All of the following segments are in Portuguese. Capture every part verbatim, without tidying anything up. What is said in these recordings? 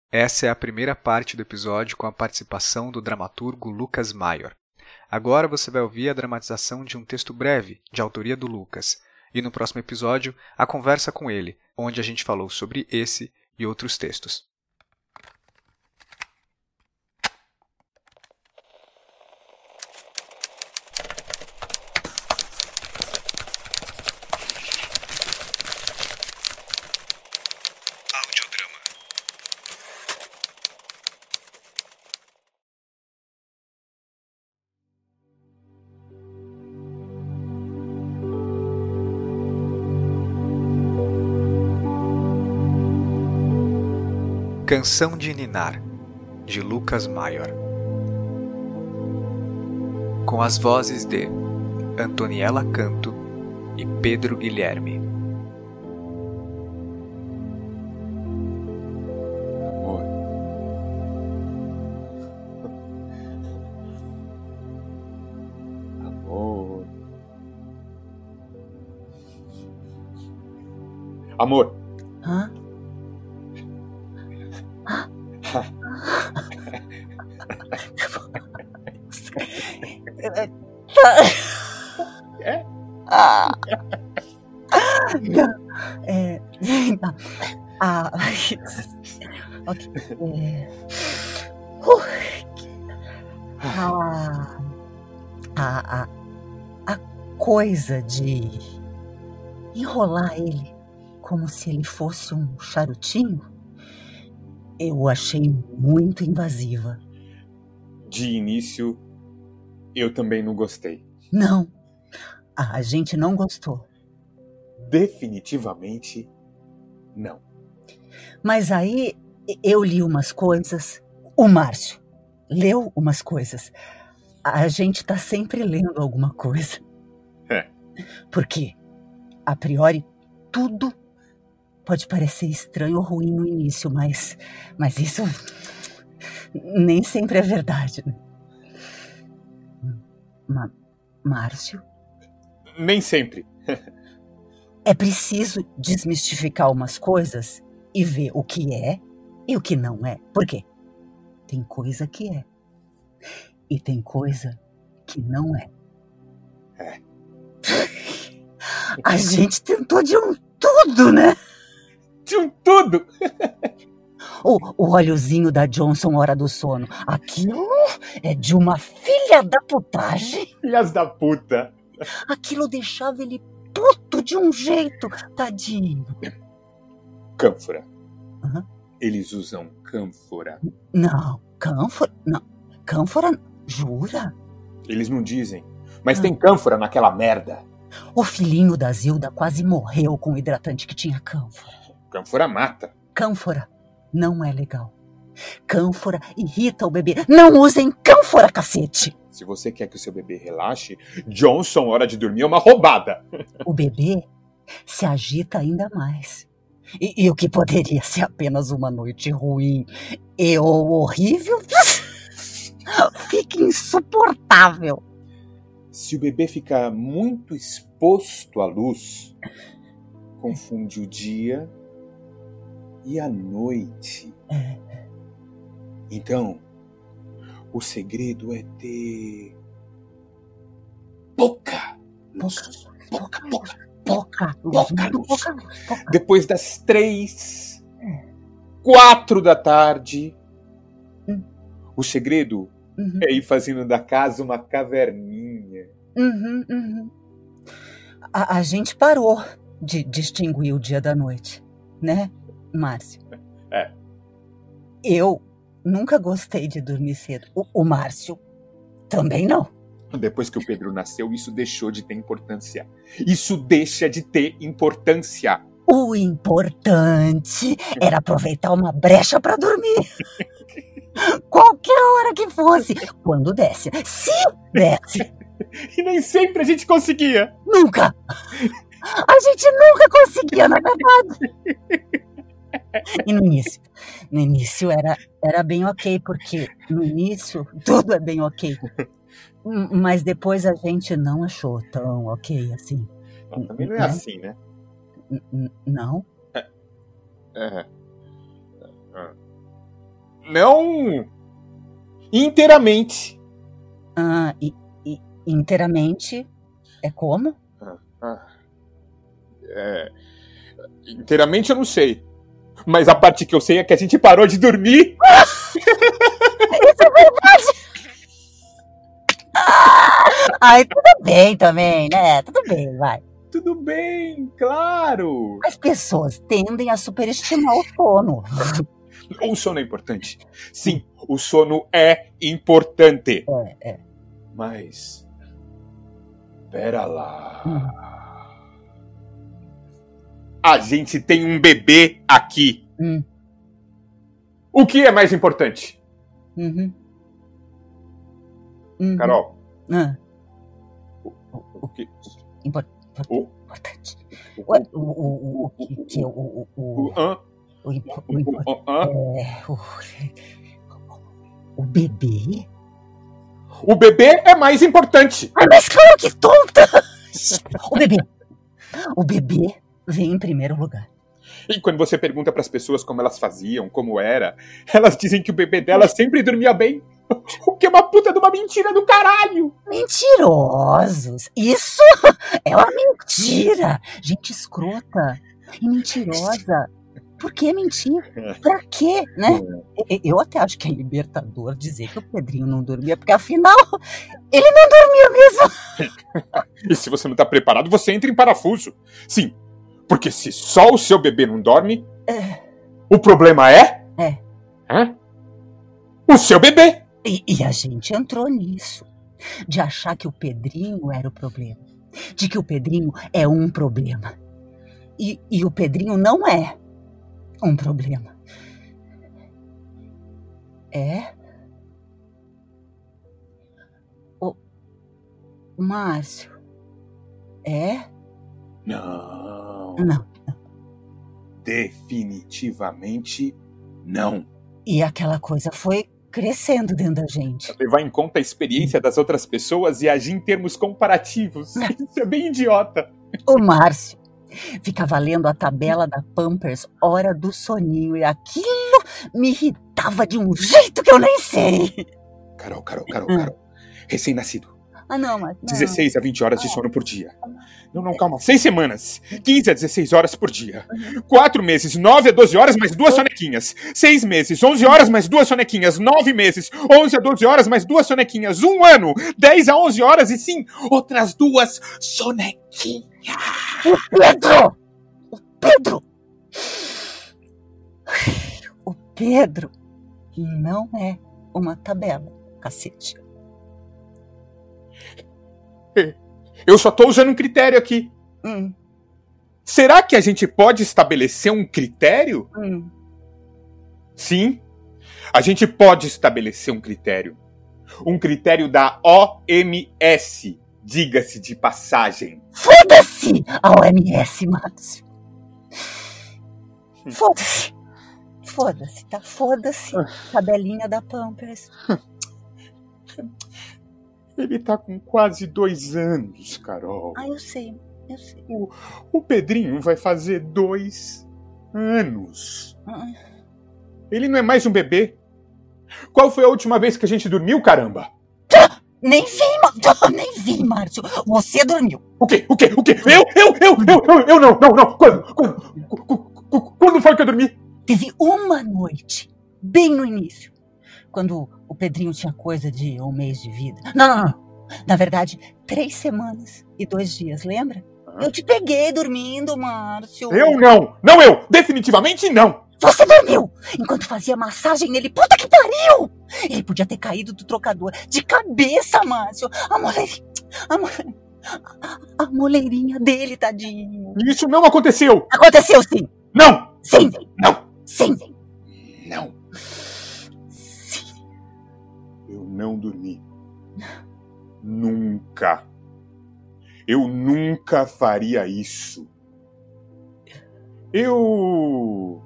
Essa é a primeira parte do episódio com a participação do dramaturgo Lucas Maior. Agora você vai ouvir a dramatização de um texto breve, de autoria do Lucas, e no próximo episódio, a conversa com ele, onde a gente falou sobre esse e outros textos. Audiodrama. Canção de Ninar, de Lucas Maior. Com as vozes de Antoniela Canto e Pedro Guilherme. Amor. Amor. Amor. Hã? É? Ah. É, não. Ah, ok. É. Uh. Ah, a, a, a coisa de enrolar ele como se ele fosse um charutinho, eu achei muito invasiva. De início, eu também não gostei. Não, a gente não gostou. Definitivamente, não. Mas aí eu li umas coisas, o Márcio leu umas coisas. A gente tá sempre lendo alguma coisa. É. Porque, a priori, tudo pode parecer estranho ou ruim no início, mas, mas isso nem sempre é verdade, né? Ma- Márcio? Nem sempre. É preciso desmistificar umas coisas e ver o que é e o que não é. Por quê? Tem coisa que é. E tem coisa que não é. É. A gente tentou de um tudo, né? De um tudo! O, o óleozinho da Johnson Hora do Sono. Aquilo é de uma filha da putagem. Filhas da puta! Aquilo deixava ele puto de um jeito, tadinho. Cânfora. Uhum. Eles usam cânfora. Não, cânfora. Não, cânfora, jura? Eles não dizem. Mas Ah. tem cânfora naquela merda. O filhinho da Zilda quase morreu com o hidratante que tinha cânfora. Cânfora mata. Cânfora não é legal. Cânfora irrita o bebê. Não usem cânfora, cacete! Se você quer que o seu bebê relaxe, Johnson, hora de dormir, é uma roubada. O bebê se agita ainda mais. E, e o que poderia ser apenas uma noite ruim e ou horrível, fica insuportável. Se o bebê ficar muito exposto à luz, confunde o dia e a noite. É. Então, o segredo é ter pouca luz. Pouca, pouca, Pouca luz. pouca muito luz. pouca luz. Pouca. Depois das três, quatro da tarde, Hum. o segredo Uhum, é ir fazendo da casa uma caverninha. uhum, uhum. A, a gente parou de distinguir o dia da noite, né, Márcio? É. Eu nunca gostei de dormir cedo. O, o Márcio também não. Depois que o Pedro nasceu, isso deixou de ter importância. Isso deixa de ter importância. O importante era aproveitar uma brecha para dormir. Qualquer hora que fosse. Quando desse. Se desse. E nem sempre a gente conseguia. Nunca. A gente nunca conseguia, na verdade. E no início? No início era, era bem ok, porque no início tudo é bem ok. Mas depois a gente não achou tão ok assim. Mas também não é Né? assim, né? N- n- Não? É. Ah. Não inteiramente. Ah, e, e inteiramente é como? Ah, ah. É, inteiramente eu não sei. Mas a parte que eu sei é que a gente parou de dormir. Isso é verdade! Ai, tudo bem também, né? Tudo bem, vai. Tudo bem, claro. As pessoas tendem a superestimar o sono. O sono é importante. Sim, o sono é importante. É, é. Mas... Pera lá... Hum. A gente tem um bebê aqui. Hum. O que é mais importante? Uhum. Uhum. Carol. Ah. O, o que... Impor- O, importante. o, O, o, o, o que que é o... O, o, o, hã? o, impo- o, O, impor- o, hã? é, o, o bebê? O bebê é mais importante. Ah, mas claro que tonta! O bebê. O bebê vem em primeiro lugar. E quando você pergunta para as pessoas como elas faziam, como era, elas dizem que o bebê delas sempre dormia bem. O que é uma puta de uma mentira do caralho. Mentirosos! Isso é uma mentira! Gente escrota e mentirosa. Por que mentir? Pra quê, né? Eu até acho que é libertador dizer que o Pedrinho não dormia, porque afinal, ele não dormia mesmo. E se você não tá preparado, você entra em parafuso. Sim, porque se só o seu bebê não dorme, É. o problema é... É. Hã? O seu bebê. E, e a gente entrou nisso, de achar que o Pedrinho era o problema, de que o Pedrinho é um problema. E, e o Pedrinho não é um problema. É? O Márcio, é? Não. Não. Definitivamente não. E aquela coisa foi crescendo dentro da gente. Levar em conta a experiência das outras pessoas e agir em termos comparativos. Isso é bem idiota. O Márcio ficava lendo a tabela da Pampers hora do soninho e aquilo me irritava de um jeito que eu nem sei. Carol, Carol, Carol, Carol. Recém-nascido. Ah, não, mas não. dezesseis a vinte horas de sono por dia. Não, não, calma. Seis semanas. quinze a dezesseis horas por dia. Quatro meses. nove a doze horas mais duas sonequinhas. Seis meses. onze horas mais duas sonequinhas. Nove meses. onze a doze horas mais duas sonequinhas. Um ano. dez a onze horas e sim, outras duas sonequinhas. O Pedro! O Pedro! O Pedro não é uma tabela, cacete. Eu só tô usando um critério aqui. Hum, Será que a gente pode estabelecer um critério? hum. Sim, a gente pode estabelecer um critério. Um critério da O M S, diga-se de passagem. Foda-se a O M S, Márcio. Foda-se. Foda-se, tá? Foda-se. Tabelinha da Pampers. Ele tá com quase dois anos, Carol. Ah, eu sei, eu sei. O, o Pedrinho vai fazer dois anos. Ah, Ele não é mais um bebê. Qual foi a última vez que a gente dormiu, caramba? Nem vi, Márcio. Nem vi, Márcio. Você dormiu. O quê? O quê? O quê? Eu? Eu? Eu? Eu? Eu? Eu não, não, não. Quando? Quando, quando, quando foi que eu dormi? Teve uma noite, bem no início, quando o Pedrinho tinha coisa de um mês de vida. Não, não, não. Na verdade, três semanas e dois dias, lembra? Eu te peguei dormindo, Márcio. Eu não. Não eu. Definitivamente não. Você dormiu enquanto fazia massagem nele. Puta que pariu! Ele podia ter caído do trocador de cabeça, Márcio. A moleirinha... A, mole... a, a moleirinha dele, tadinho. Isso não aconteceu. Aconteceu sim. Não. Sim. Não. Sim. Não. Sim. Eu não dormi. Nunca. Eu nunca faria isso. Eu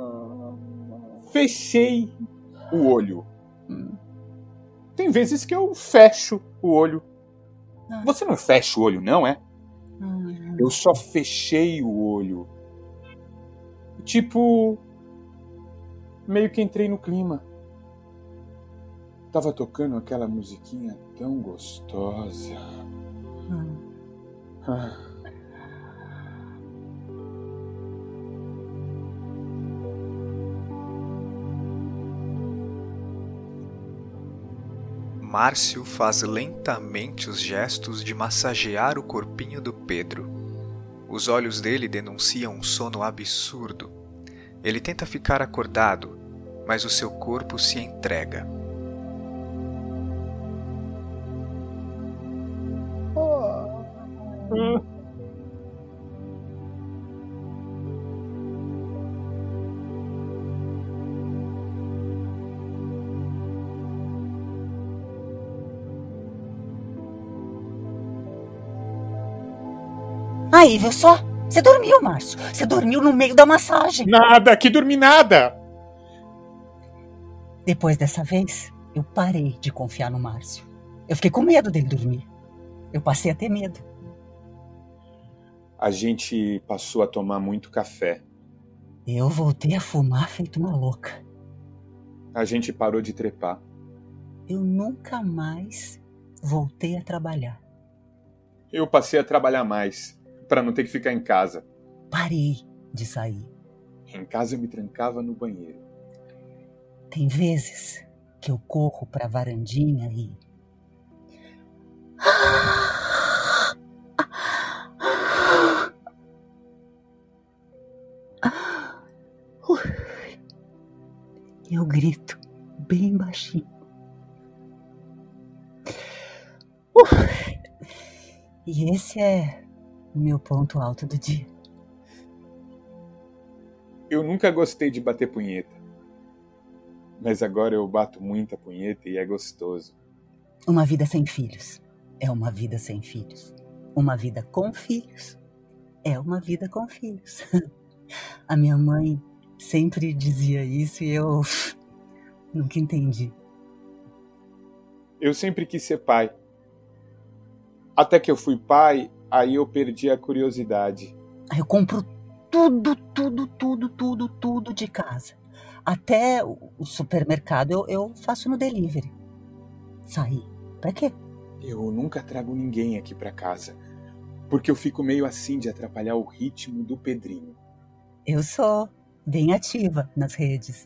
fechei o olho. Tem vezes que eu fecho o olho. Você não fecha o olho, não, é? Eu só fechei o olho. Tipo, meio que entrei no clima. tava tocando aquela musiquinha tão gostosa. Hum. Ah. Márcio faz lentamente os gestos de massagear o corpinho do Pedro. Os olhos dele denunciam um sono absurdo. Ele tenta ficar acordado, mas o seu corpo se entrega. Aí, viu só? Você dormiu, Márcio. Você dormiu no meio da massagem. Nada, que dormi nada. Depois dessa vez, eu parei de confiar no Márcio. Eu fiquei com medo dele dormir. Eu passei a ter medo. A gente passou a tomar muito café. Eu voltei a fumar feito uma louca. A gente parou de trepar. Eu nunca mais voltei a trabalhar. Eu passei a trabalhar mais, para não ter que ficar em casa. Parei de sair. Em casa eu me trancava no banheiro. Tem vezes que eu corro pra varandinha e... Eu grito bem baixinho. E esse é o meu ponto alto do dia. Eu nunca gostei de bater punheta. Mas agora eu bato muita punheta e é gostoso. Uma vida sem filhos é uma vida sem filhos. Uma vida com filhos é uma vida com filhos. A minha mãe sempre dizia isso e eu nunca entendi. Eu sempre quis ser pai. Até que eu fui pai, aí eu perdi a curiosidade. Eu compro tudo, tudo, tudo, tudo, tudo de casa. Até o supermercado eu, eu faço no delivery. Sair? Pra quê? Eu nunca trago ninguém aqui pra casa. Porque eu fico meio assim de atrapalhar o ritmo do Pedrinho. Eu sou bem ativa nas redes.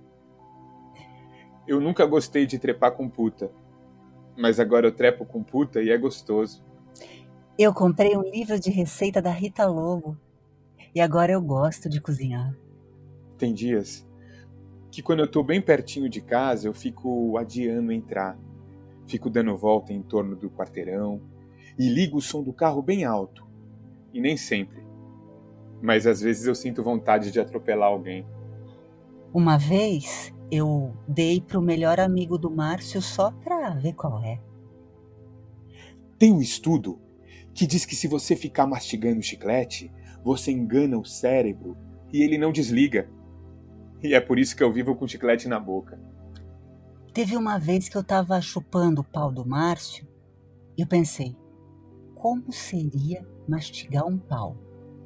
Eu nunca gostei de trepar com puta. Mas agora eu trepo com puta e é gostoso. Eu comprei um livro de receita da Rita Lobo. E agora eu gosto de cozinhar. Tem dias que quando eu tô bem pertinho de casa, eu fico adiando entrar. Fico dando volta em torno do quarteirão e ligo o som do carro bem alto. E nem sempre. Mas às vezes eu sinto vontade de atropelar alguém. Uma vez eu dei pro melhor amigo do Márcio só pra ver qual é. Tem um estudo que diz que se você ficar mastigando chiclete, você engana o cérebro e ele não desliga. E é por isso que eu vivo com chiclete na boca. Teve uma vez que eu tava chupando o pau do Márcio e eu pensei, como seria mastigar um pau?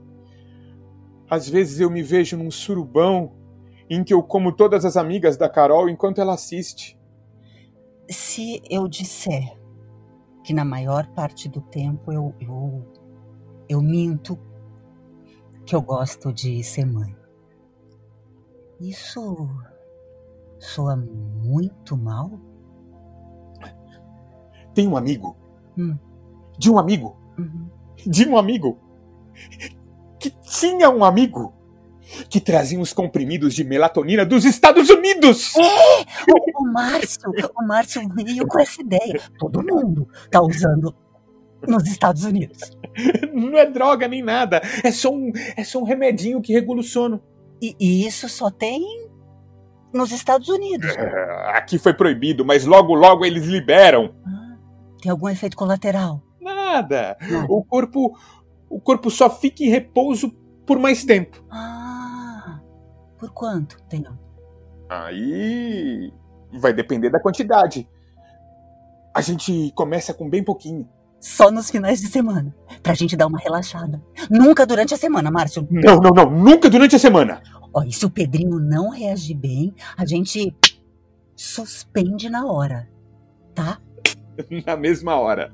Às vezes eu me vejo num surubão em que eu como todas as amigas da Carol enquanto ela assiste. Se eu disser que na maior parte do tempo eu, eu, eu minto que eu gosto de ser mãe, isso soa muito mal? Tem um amigo. Hum. De um amigo. Uhum. De um amigo. Que tinha um amigo que trazia uns comprimidos de melatonina dos Estados Unidos. É! O, o Márcio, o Márcio veio com essa ideia. Todo mundo tá usando nos Estados Unidos. Não é droga nem nada. É só um, é só um remedinho que regula o sono. E, e isso só tem nos Estados Unidos. É, aqui foi proibido, mas logo logo eles liberam. Ah, tem algum efeito colateral? Nada. O corpo, o corpo só fica em repouso por mais tempo. Ah, por quanto tempo? Aí vai depender da quantidade. A gente começa com bem pouquinho. Só nos finais de semana, pra gente dar uma relaxada. Nunca durante a semana, Márcio. Não, não, não. Nunca durante a semana. Ó, e se o Pedrinho não reagir bem, a gente suspende na hora, tá? Na mesma hora.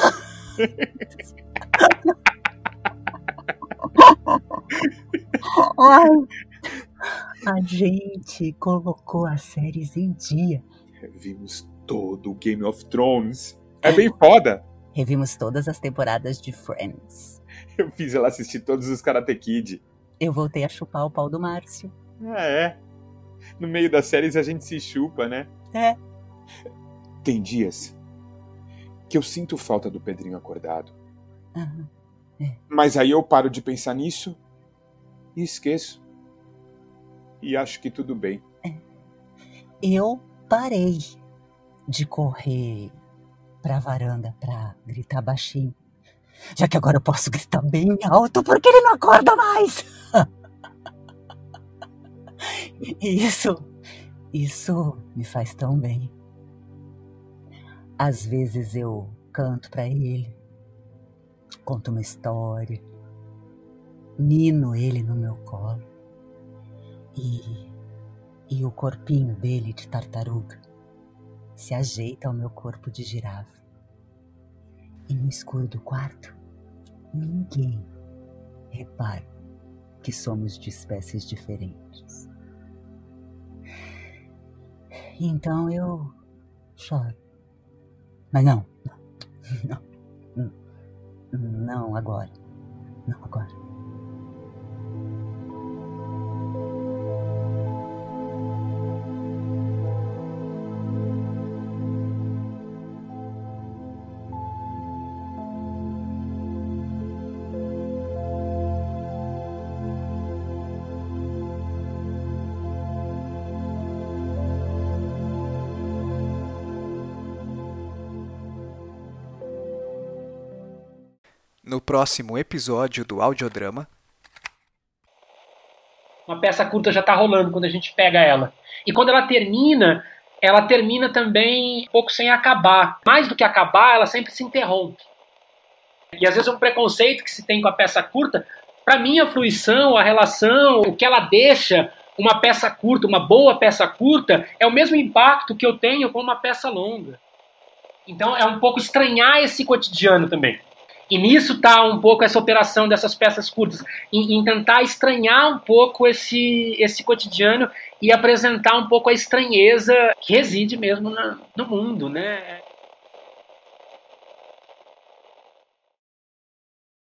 Ai, a gente colocou as séries em dia. Vimos todo o Game of Thrones. É bem foda. Revimos todas as temporadas de Friends. Eu fiz ela assistir todos os Karate Kid. Eu voltei a chupar o pau do Márcio. Ah, é. No meio das séries a gente se chupa, né? É. Tem dias que eu sinto falta do Pedrinho acordado. Uhum. É. Mas aí eu paro de pensar nisso e esqueço. E acho que tudo bem. É. Eu parei de correr pra varanda pra gritar baixinho. Já que agora eu posso gritar bem alto porque ele não acorda mais. Isso, isso me faz tão bem. Às vezes eu canto pra ele, conto uma história, nino ele no meu colo e, e o corpinho dele de tartaruga se ajeita ao meu corpo de girafa. E no escuro do quarto, ninguém repara que somos de espécies diferentes. Então eu choro. Mas não, não, não, não agora, não agora. No próximo episódio do audiodrama... Uma peça curta já está rolando quando a gente pega ela. E quando ela termina, ela termina também um pouco sem acabar. Mais do que acabar, ela sempre se interrompe. E às vezes é um preconceito que se tem com a peça curta. Para mim, a fruição, a relação, o que ela deixa, uma peça curta, uma boa peça curta, é o mesmo impacto que eu tenho com uma peça longa. Então é um pouco estranhar esse cotidiano também. E nisso está um pouco essa operação dessas peças curtas, em, em tentar estranhar um pouco esse, esse cotidiano e apresentar um pouco a estranheza que reside mesmo na, no mundo, né?